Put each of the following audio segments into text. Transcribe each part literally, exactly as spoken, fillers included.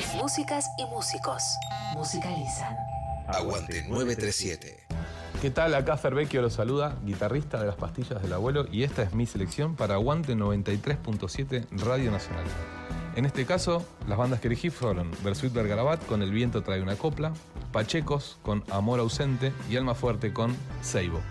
Músicas y músicos musicalizan. Aguante nueve tres siete. ¿Qué tal? Acá Fervecchio los saluda, guitarrista de Las Pastillas del Abuelo, y esta es mi selección para Aguante noventa y tres punto siete Radio Nacional. En este caso, las bandas que elegí fueron Bersuit Vergarabat con El viento trae una copla, Pachecos con Amor ausente y Alma fuerte con Seibo.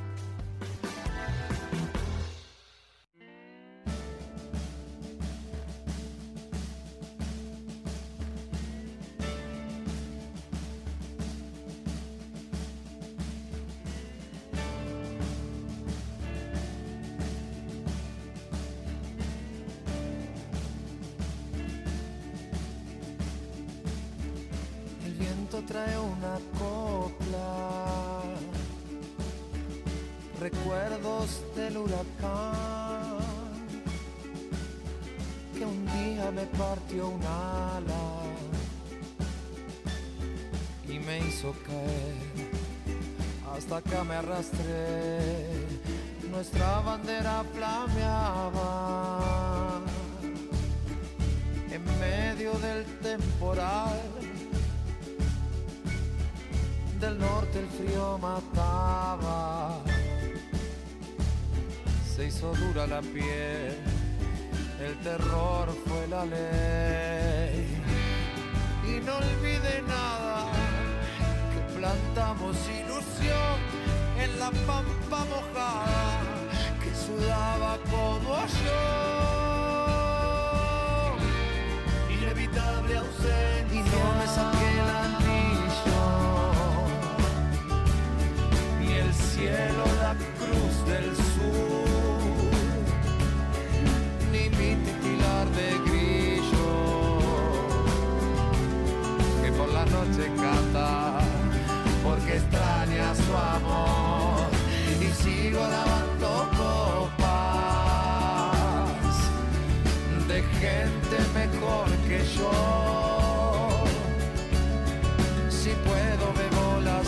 Trae una copla, recuerdos del huracán que un día me partió un ala y me hizo caer. Hasta acá me arrastré, nuestra bandera flameaba en medio del temporal. Del norte el frío mataba, se hizo dura la piel, el terror fue la ley. Y no olvidé nada, que plantamos ilusión en la pampa mojada, que sudaba como yo. Inevitable ausencia, y no me saqué el anillo, el cielo, la cruz del sur, ni mi titilar de grillo, que por la noche canta, porque extraña su amor, y sigo lavando copas de gente mejor que yo. Si puedo bebo las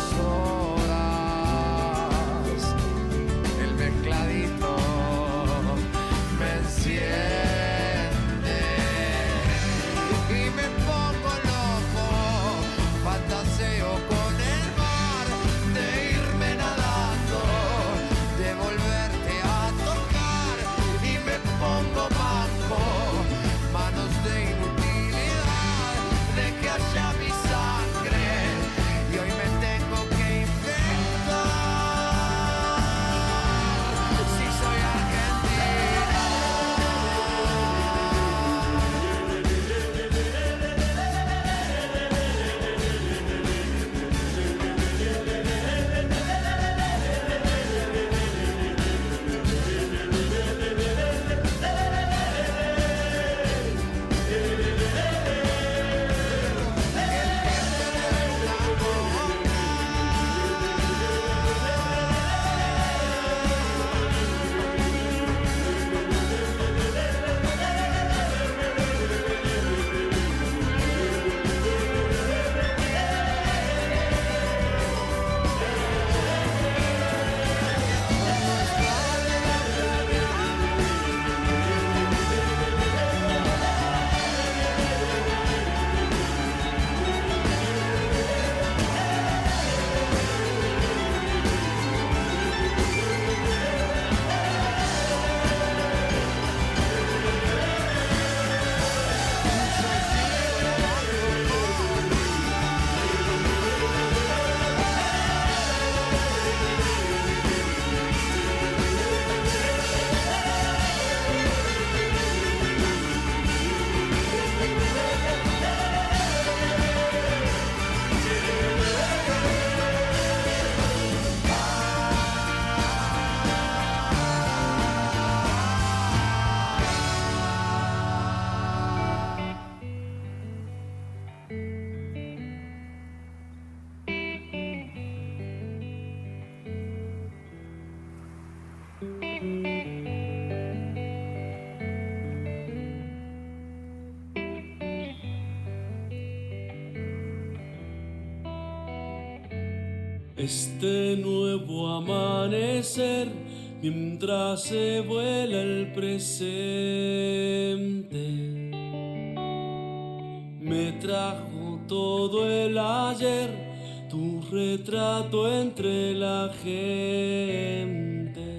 horas, mezcladito me enciende y me pongo loco, fantaseo con el mar, de irme nadando, de volverte a tocar, y me pongo manco, manos de inutilidad, de que haya mi sangre, y hoy me tengo que inventar. Este nuevo amanecer, mientras se vuela el presente, me trajo todo el ayer, tu retrato entre la gente.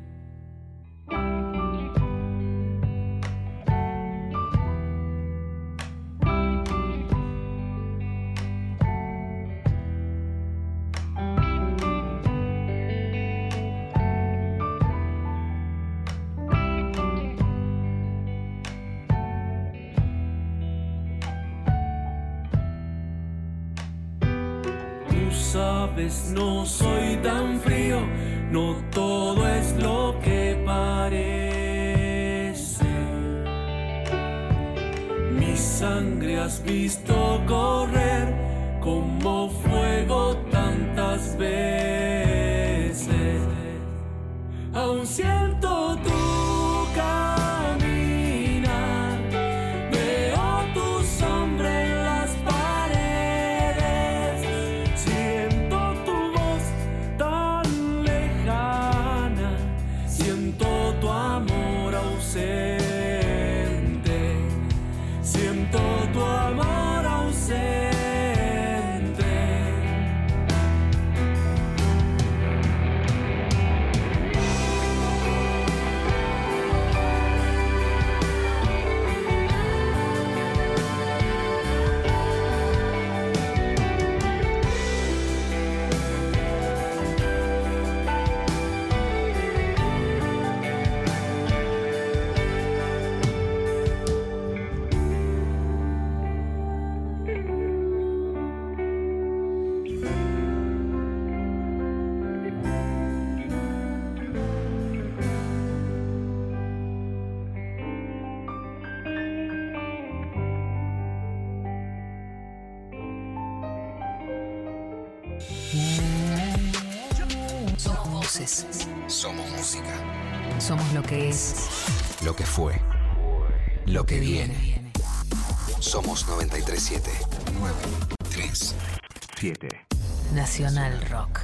Sabes, no soy tan frío, no todo es lo que parece. Mi sangre has visto correr como fuego tantas veces. Aún siento tu caminar, veo tu sombra en las paredes, siento tu voz tan lejana, siento tu amor ausente, siento tu amor ausente. Somos voces. Somos música. Somos lo que es. Lo que fue. Lo que viene. Somos noventa y tres punto siete. nueve tres siete. Nacional Rock.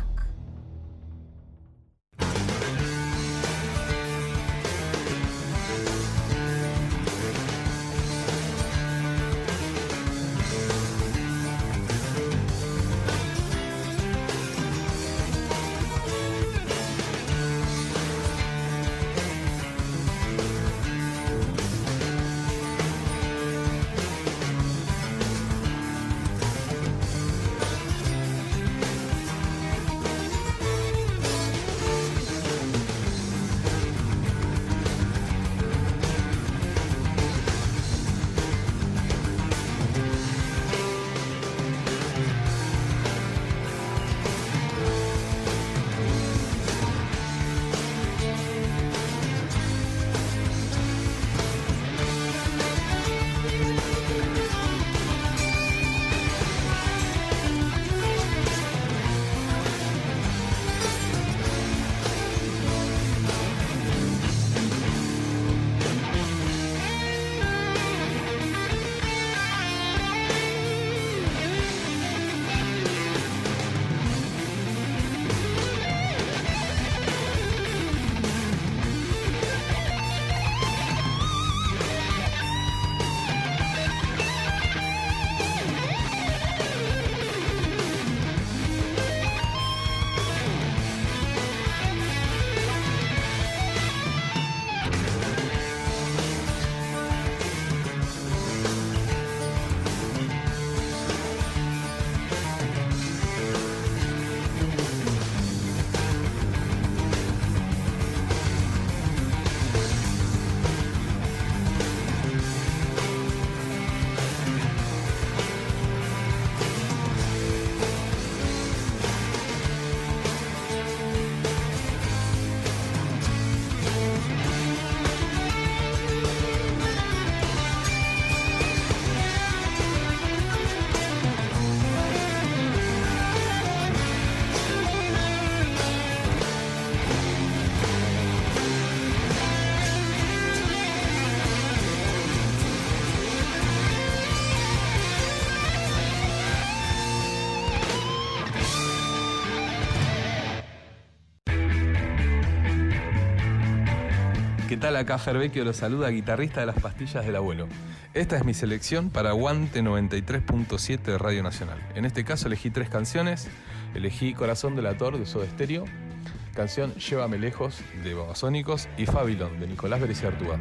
¿Qué tal? Acá Fervecchio lo saluda, guitarrista de las pastillas del abuelo. Esta es mi selección para Aguante noventa y tres punto siete de Radio Nacional. En este caso elegí tres canciones. Elegí Corazón Delator de Soda Stereo, canción Llévame Lejos de Babasónicos y Fabilón de Nicolás Beres y Artúa.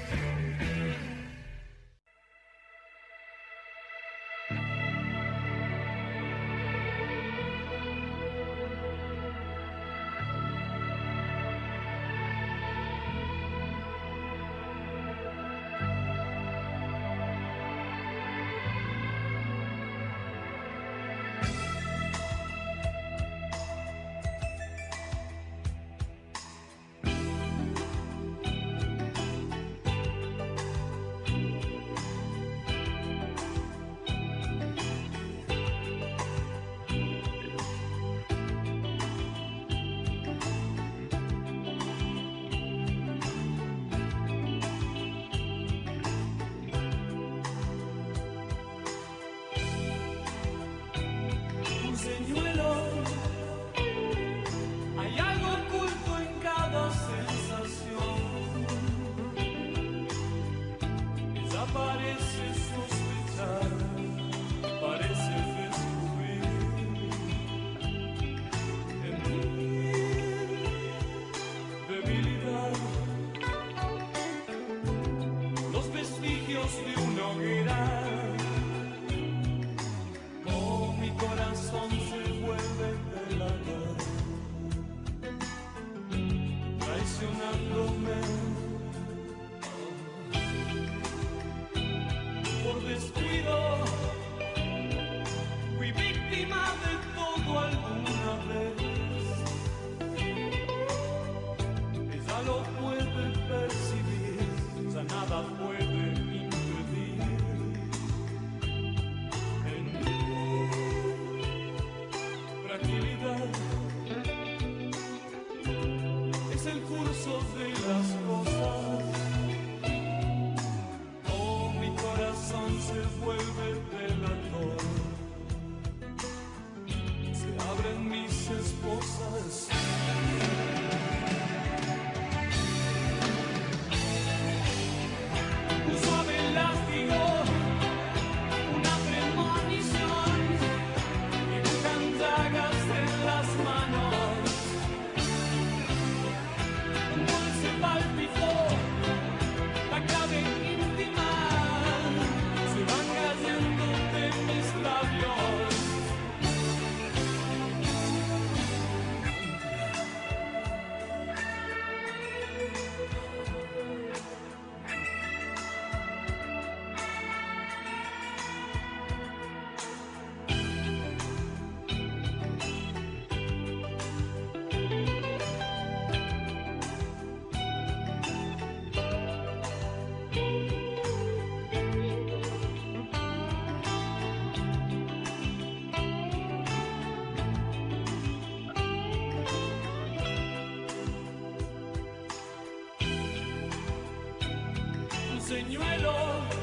Señuelo,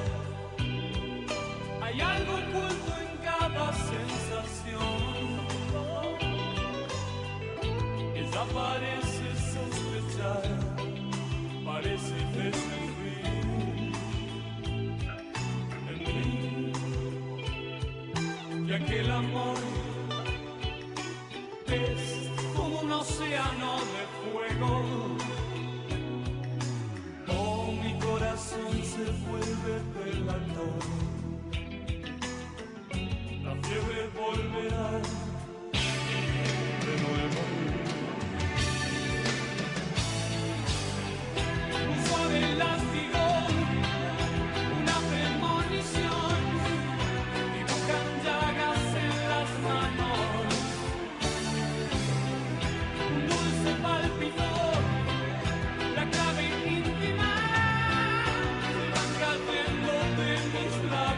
hay algo oculto en cada sensación. Ella parece sospechar, parece desenfrir en mí, ya que el amor es como un océano de fuego. Se vuelve delator, la fiebre volverá de nuevo. Un suave látigo, una premonición, dibujan llagas en las manos, un dulce pálpito, la clave íntima. Mis labios.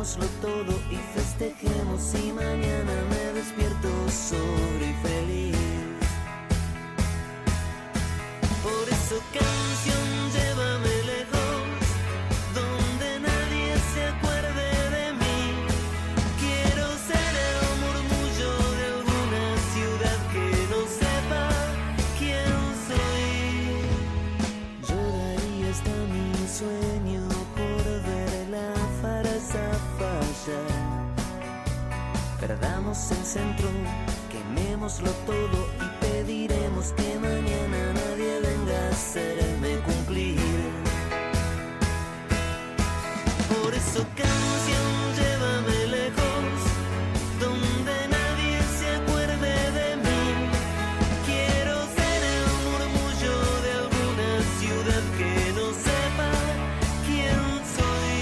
démoslo todo y festejemos y mañana me despierto sobre y feliz. Por eso canción, llévame lejos, donde nadie se acuerde de mí. Quiero ser el murmullo de alguna ciudad que no sepa quién soy. Yo daría hasta mi sueño por ver la farsa fallar. Perdamos el centro, quemémoslo todo y pediremos que mañana nadie venga a hacerme cumplir. Por eso canción, llévame lejos, donde nadie se acuerde de mí. Quiero ser el murmullo de alguna ciudad que no sepa quién soy.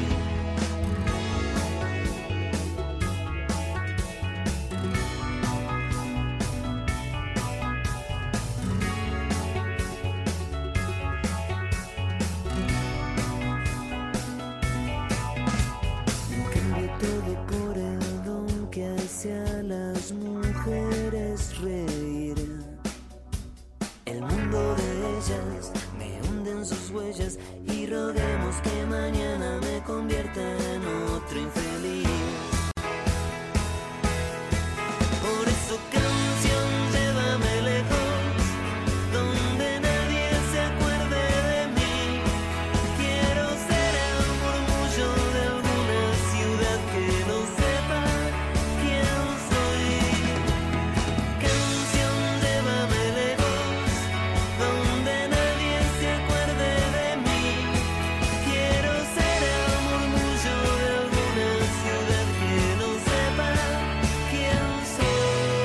Cambio todo por el don que hace a las mujeres reír. El mundo de ellas me hunde en sus huellas y roguemos que mañana me convierta en otro infeliz. Por eso canción, llévame lejos, donde nadie se acuerde de mí. Quiero ser el murmullo de alguna ciudad que no sepa quién soy. Canción, llévame lejos, donde nadie se acuerde de mí. Quiero ser el murmullo de alguna ciudad que no sepa quién soy.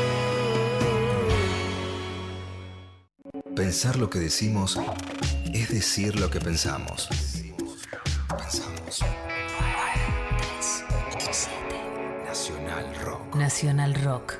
Pensar lo que decimos es decir lo que pensamos. Pensamos. Nacional Rock. Nacional Rock.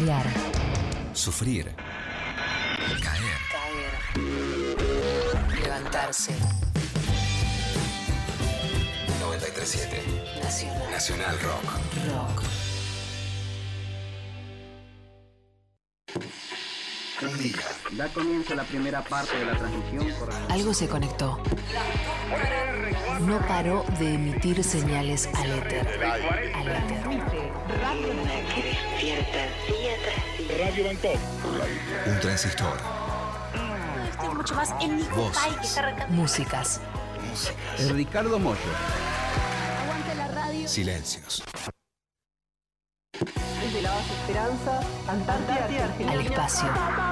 Pelear. Sufrir. Caer. Caer. Levantarse. noventa y tres siete. Nacional. Nacional Rock. Rock. Un día. Da comienzo la primera parte de la transmisión por... Algo se conectó. No paró de emitir señales al éter. Al éter. Un transistor. Estoy mucho más en mi Voces. que está arrancando. Músicas. Es Ricardo Mollo. Aguante la radio. Silencios. Desde la base Esperanza, Antártida, Argentina. Al espacio.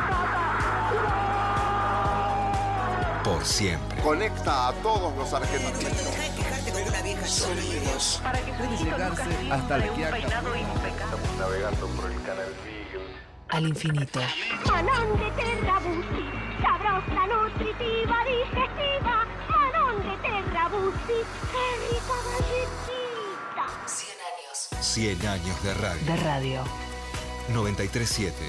Por siempre. Conecta a todos los argentinos. Sonidos. Para que Puede llegarse hasta el que Estamos navegando por el canal Beagle. Al infinito. Manón de terrabusi, sabrosa, nutritiva, digestiva. Manón de terrabusi, qué rica galletita. cien años. cien años de radio. De radio. noventa y tres siete.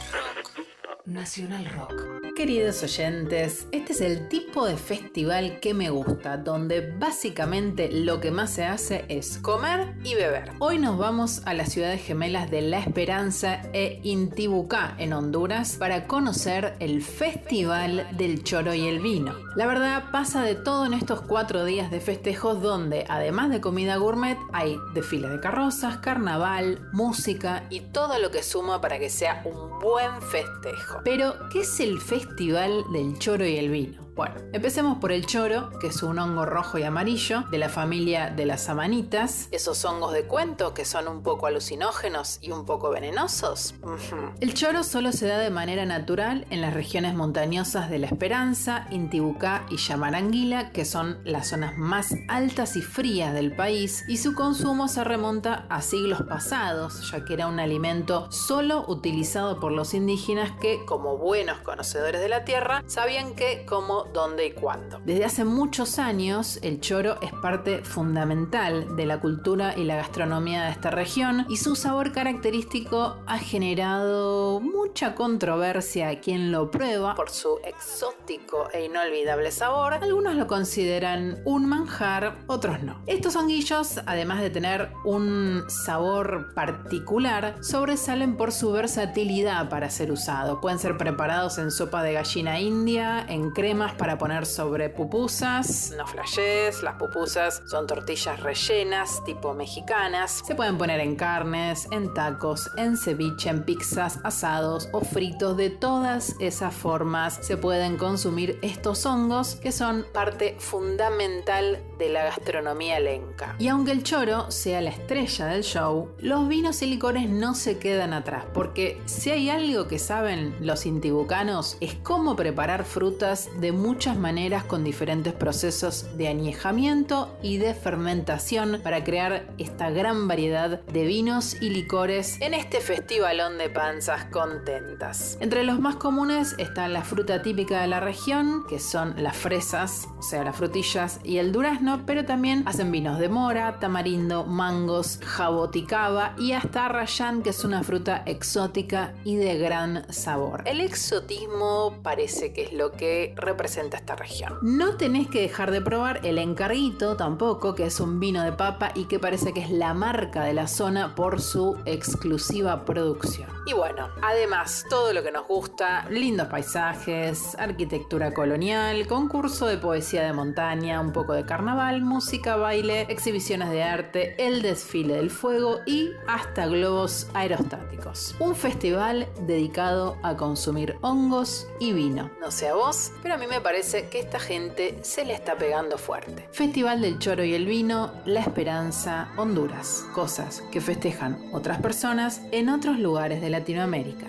Nacional Rock. Queridos oyentes, este es el tipo de festival que me gusta, donde básicamente lo que más se hace es comer y beber. Hoy nos vamos a las ciudades gemelas de La Esperanza e Intibucá, en Honduras, para conocer el Festival del Choro y el Vino. La verdad, pasa de todo en estos cuatro días de festejos, donde además de comida gourmet, hay desfiles de carrozas, carnaval, música y todo lo que suma para que sea un buen festejo. Pero, ¿qué es el Festival del Choro y el Vino? Bueno, empecemos por el choro, que es un hongo rojo y amarillo de la familia de las amanitas, esos hongos de cuento que son un poco alucinógenos y un poco venenosos. Uh-huh. El choro solo se da de manera natural en las regiones montañosas de La Esperanza, Intibucá y Yamaranguila, que son las zonas más altas y frías del país, y su consumo se remonta a siglos pasados, ya que era un alimento solo utilizado por los indígenas que, como buenos conocedores de la tierra, sabían que, como, dónde y cuándo. Desde hace muchos años, el choro es parte fundamental de la cultura y la gastronomía de esta región, y su sabor característico ha generado mucha controversia a quien lo prueba por su exótico e inolvidable sabor. Algunos lo consideran un manjar, otros no. Estos honguillos, además de tener un sabor particular, sobresalen por su versatilidad para ser usado. Pueden ser preparados en sopa de gallina india, en cremas para poner sobre pupusas. No flashes, las pupusas son tortillas rellenas tipo mexicanas. Se pueden poner en carnes, en tacos, en ceviche, en pizzas, asados o fritos. De todas esas formas se pueden consumir estos hongos, que son parte fundamental de la gastronomía lenca. Y aunque el choro sea la estrella del show, los vinos y licores no se quedan atrás, porque si hay algo que saben los intibucanos es cómo preparar frutas de muchas maneras con diferentes procesos de añejamiento y de fermentación para crear esta gran variedad de vinos y licores en este festivalón de panzas contentas. Entre los más comunes está la fruta típica de la región, que son las fresas, o sea, las frutillas, y el durazno, pero también hacen vinos de mora, tamarindo, mangos, jaboticaba y hasta arrayán, que es una fruta exótica y de gran sabor. El exotismo parece que es lo que representa esta región. No tenés que dejar de probar el encarguito tampoco, que es un vino de papa y que parece que es la marca de la zona por su exclusiva producción. Y bueno, además, todo lo que nos gusta: lindos paisajes, arquitectura colonial, concurso de poesía de montaña, un poco de carnaval, música, baile, exhibiciones de arte, el desfile del fuego y hasta globos aerostáticos. Un festival dedicado a consumir hongos y vino. No sé a vos, pero a mí me parece que esta gente se le está pegando fuerte. Festival del Choro y el Vino, La Esperanza, Honduras. Cosas que festejan otras personas en otros lugares de Latinoamérica.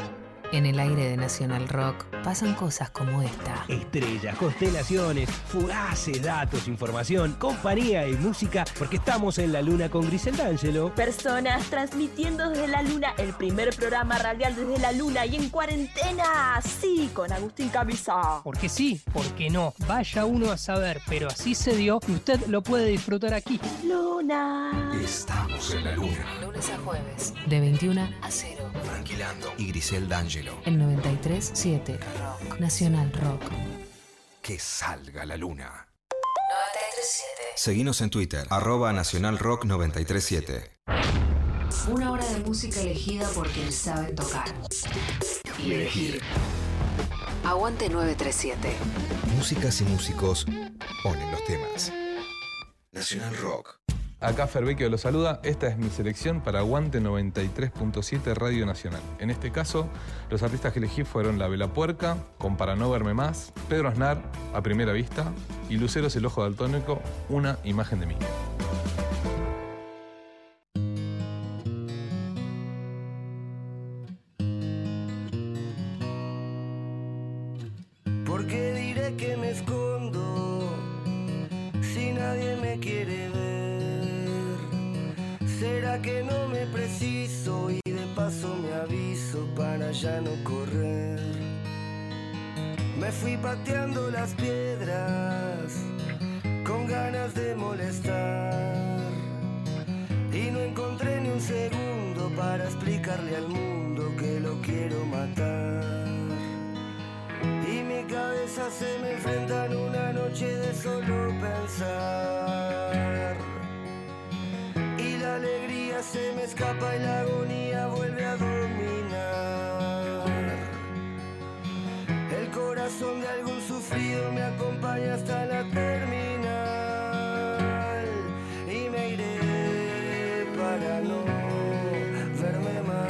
En el aire de Nacional Rock pasan cosas como esta. Estrellas, constelaciones, fugaces, datos, información, compañía y música, porque estamos en la luna con Griselda Angelo. Personas transmitiendo desde la luna, el primer programa radial desde la luna y en cuarentena. Sí, con Agustín Camisa. Porque sí, porque no. Vaya uno a saber, pero así se dio y usted lo puede disfrutar aquí. Luna. Estamos Estamos en la luna. Lunes a jueves, de veintiuna a cero. Tranquilando y Grisel D'Angelo. En noventa y tres punto siete Rock. Nacional Rock. Que salga la luna. noventa y tres punto siete. Seguinos en Twitter, arroba Nacional Rock noventa y tres punto siete. Una hora de música elegida por quien sabe tocar. Y elegir. Aguante novecientos treinta y siete. Músicas y músicos ponen los temas. Nacional Rock. Acá Fervecchio lo saluda. Esta es mi selección para Aguante noventa y tres punto siete Radio Nacional. En este caso, los artistas que elegí fueron La Vela Puerca, con Para no verme más, Pedro Aznar, A primera vista, y Luceros El ojo daltónico, Una imagen de mí. ¿Por qué diré que me escondo si nadie me quiere ver? ¿Será que no me preciso y de paso me aviso para ya no correr? Me fui pateando las piedras con ganas de molestar y no encontré ni un segundo para explicarle al mundo que lo quiero matar. Y mi cabeza se me enfrenta en una noche de solo pensar. Y la alegría se me escapa y la agonía vuelve a dominar. El corazón de algún sufrido me acompaña hasta la terminal. Y me iré para no verme más.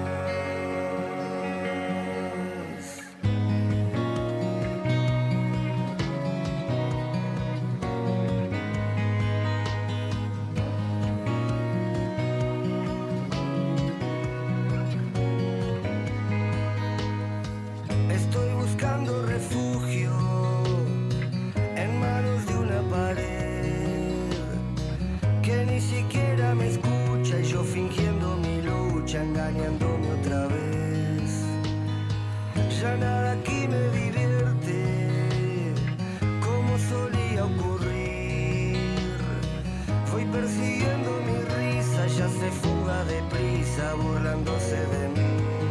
Refugio en manos de una pared que ni siquiera me escucha y yo fingiendo mi lucha, engañándome otra vez. Ya nada aquí me divierte como solía ocurrir. Voy persiguiendo mi risa, ya se fuga deprisa burlándose de mí.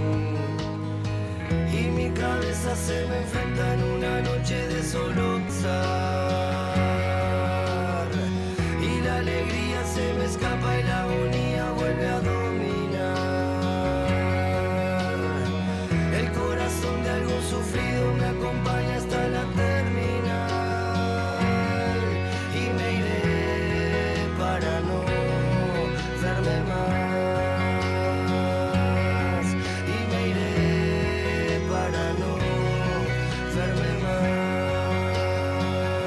Y mi cabeza se me enfrenta en una noche de solopsar. Y la alegría se me escapa y la agonía vuelve a dominar. El corazón de algún sufrido me acompaña hasta la terminal. Y me iré para no verme más. Para no verme más.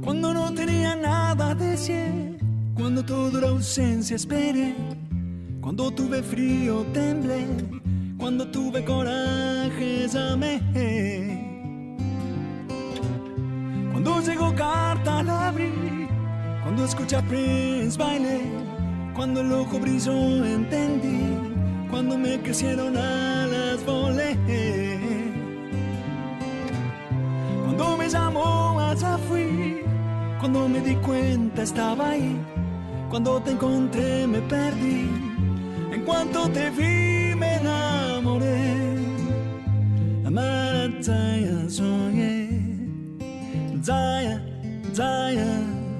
Cuando no tenía nada decir, cuando todo era ausencia esperé, cuando tuve frío temblé, cuando tuve coraje llamé. Cuando llegó carta la abrí, cuando escuché a Prince bailé, cuando el ojo brilló entendí, cuando me crecieron alas volé. Cuando me llamó allá fui, cuando me di cuenta estaba ahí, cuando te encontré me perdí, en cuanto te vi me enamoré. Amar Zaya soñé, Zaya, Zaya,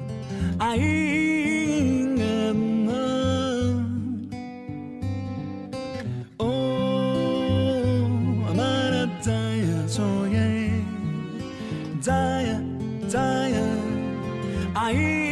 ahí oh, amar Zaya soñé, Zaya, Zaya, ahí.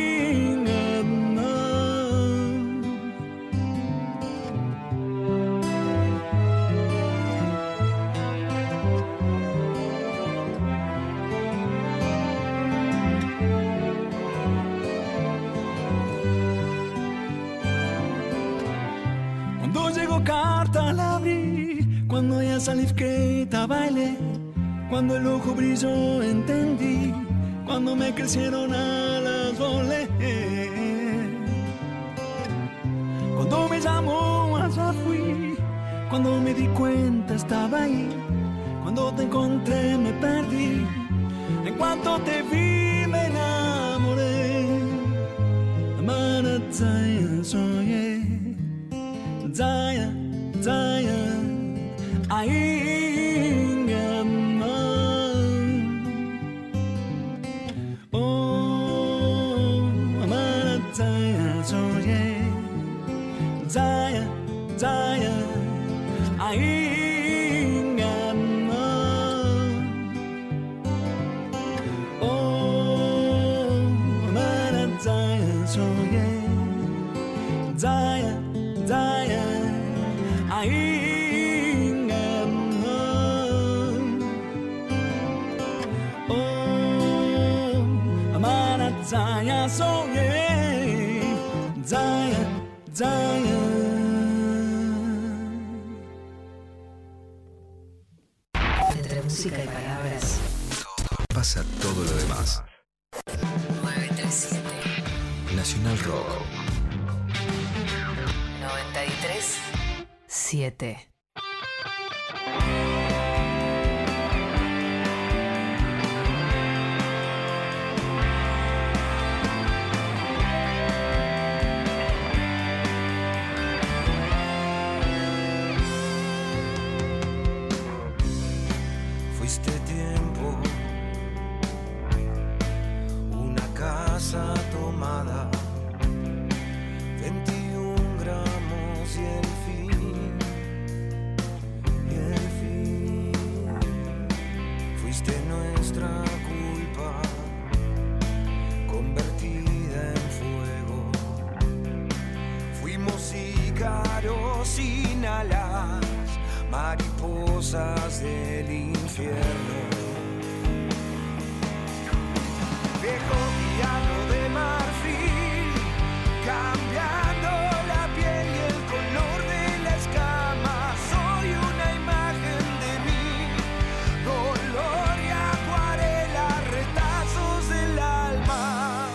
Cuando llegó carta la abrí, cuando ella salí que bailé, cuando el ojo brilló entendí, cuando me crecieron alas volé. Cuando me llamó allá fui, cuando me di cuenta estaba ahí, cuando te encontré me perdí, en cuanto te vi me enamoré. Amar Zaya soñé, Zaya, Zaya, ahí mi amor. Oh, amar Zaya soñé, Zaya, Zaya, ahí mi amor. Oh, amar Zaya soñé, Zaya, Zaya, ahí mi amor. Oh, amar Zaya soñé, Zaya, Zaya. Entre música y palabras pasa todo lo demás. nueve tres siete Nacional Rock. noventa y tres siete. Fuiste tiempo, una casa tomada, veintiún gramos y el fin, y el fin. Fuiste nuestra culpa, convertida en fuego. Fuimos sicarios sin alas, mariposas del infierno. Viejo piano de marfil, cambiando la piel y el color de la escama. Soy una imagen de mí, dolor y acuarela, retazos del alma.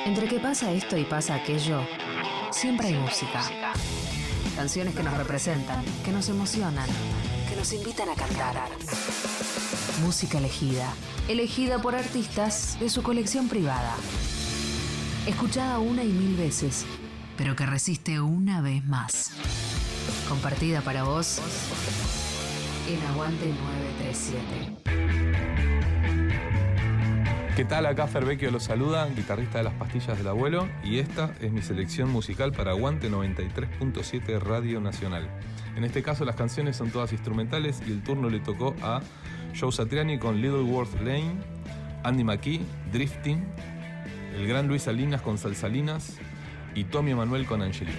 Entre que pasa esto y pasa aquello, siempre hay música. Canciones que nos representan, que nos emocionan, que nos invitan a cantar. Música elegida. Elegida por artistas de su colección privada. Escuchada una y mil veces, pero que resiste una vez más. Compartida para vos en Aguante nueve tres siete. ¿Qué tal? Acá Ferbecchio los saluda, guitarrista de Las Pastillas del Abuelo, y esta es mi selección musical para Aguante noventa y tres punto siete Radio Nacional. En este caso las canciones son todas instrumentales y el turno le tocó a Joe Satriani con Little Worth Lane, Andy McKee, Drifting, el gran Luis Salinas con Salsalinas y Tommy Emanuel con Angelina.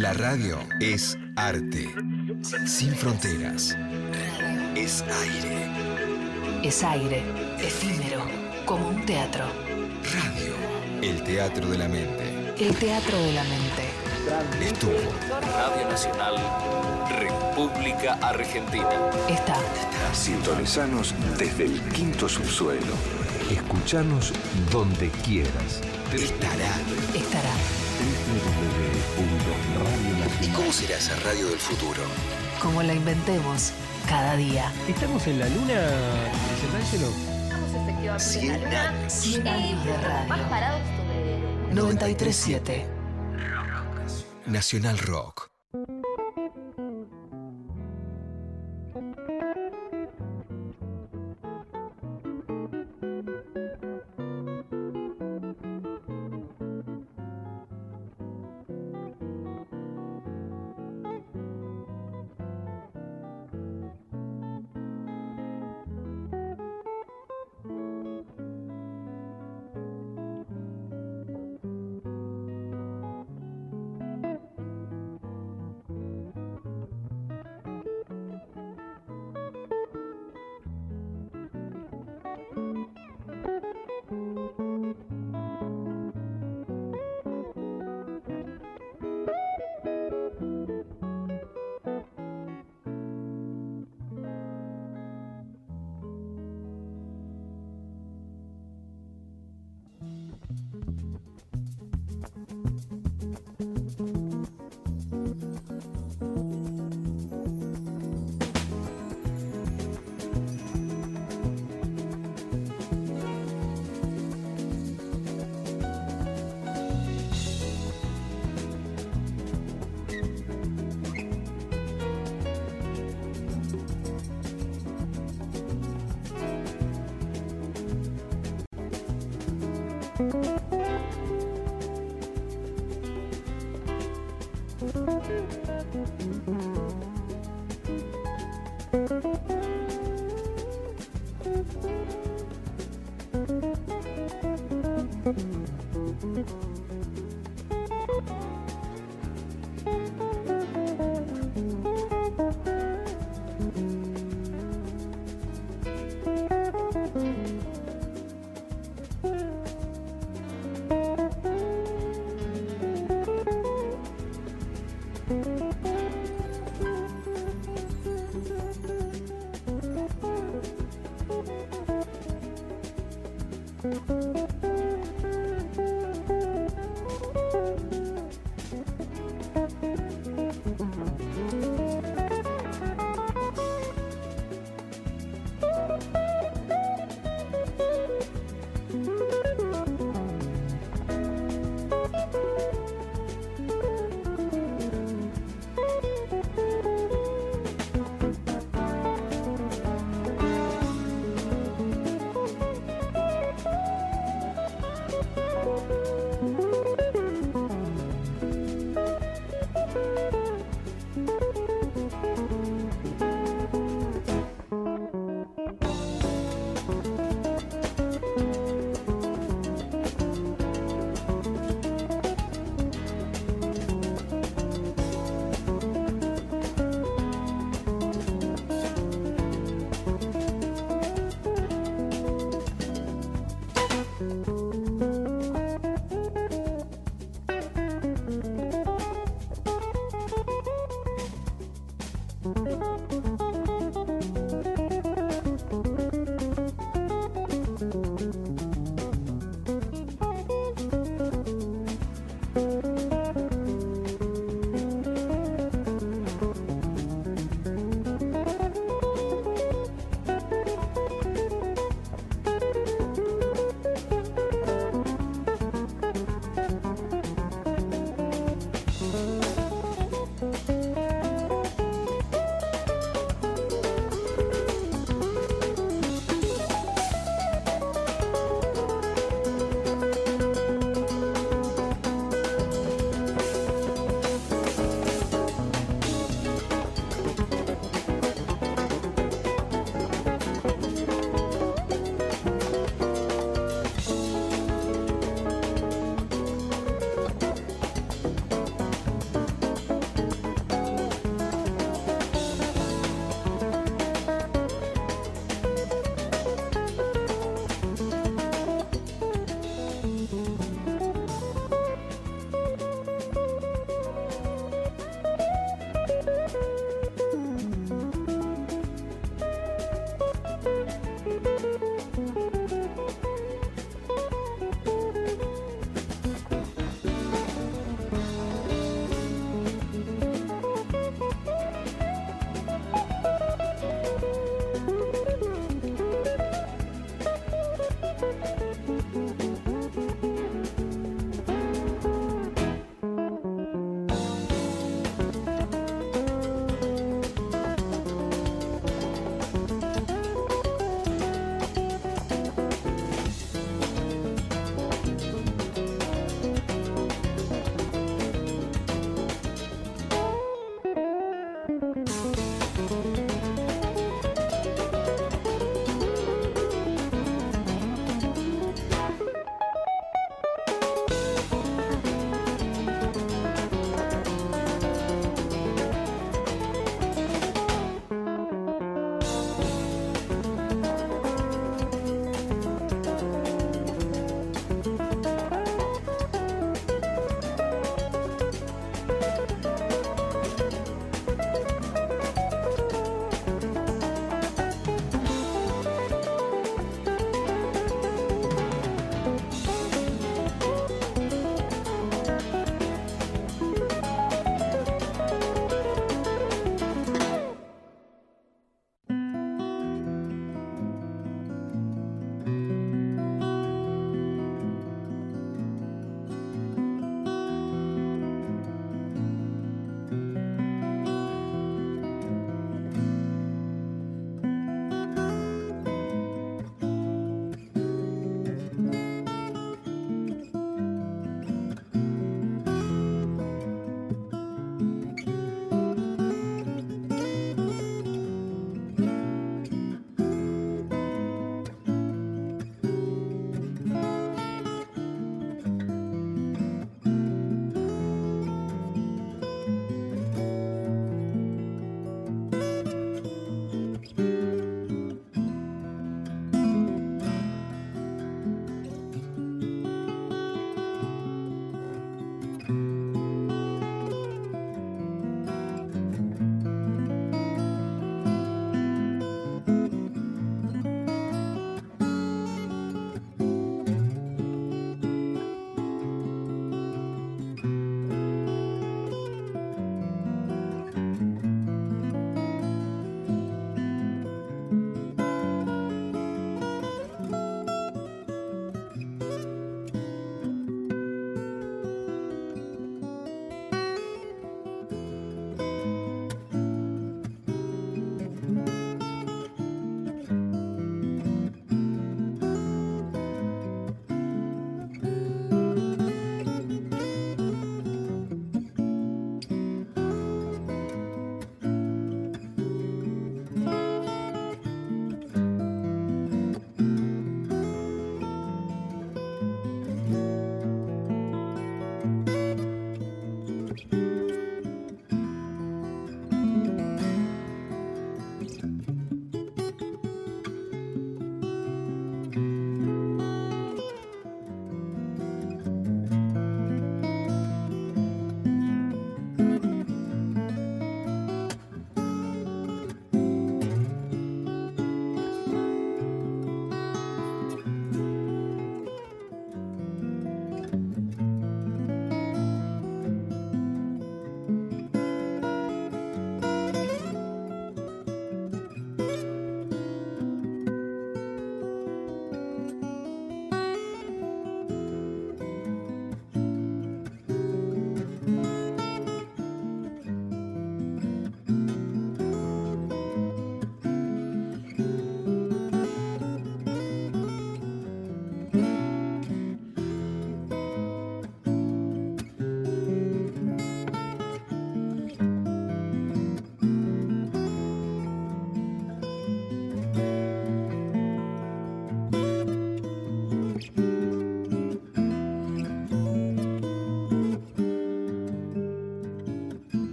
La radio es arte. Sin fronteras. Es aire. Es aire, efímero, como un teatro. Radio. El teatro de la mente. El teatro de la mente. Estuvo. Radio Nacional, República Argentina. Está. Sintonizanos desde el quinto subsuelo. Escuchanos donde quieras. Estará. Estará. ¿Y cómo será esa radio del futuro? Como la inventemos cada día. ¿Estamos en la luna, Vicente Ángelo? Estamos efectivamente en la luna. cien años de radio. Más parados sobre... noventa y tres punto siete. Nacional Rock. Thank you.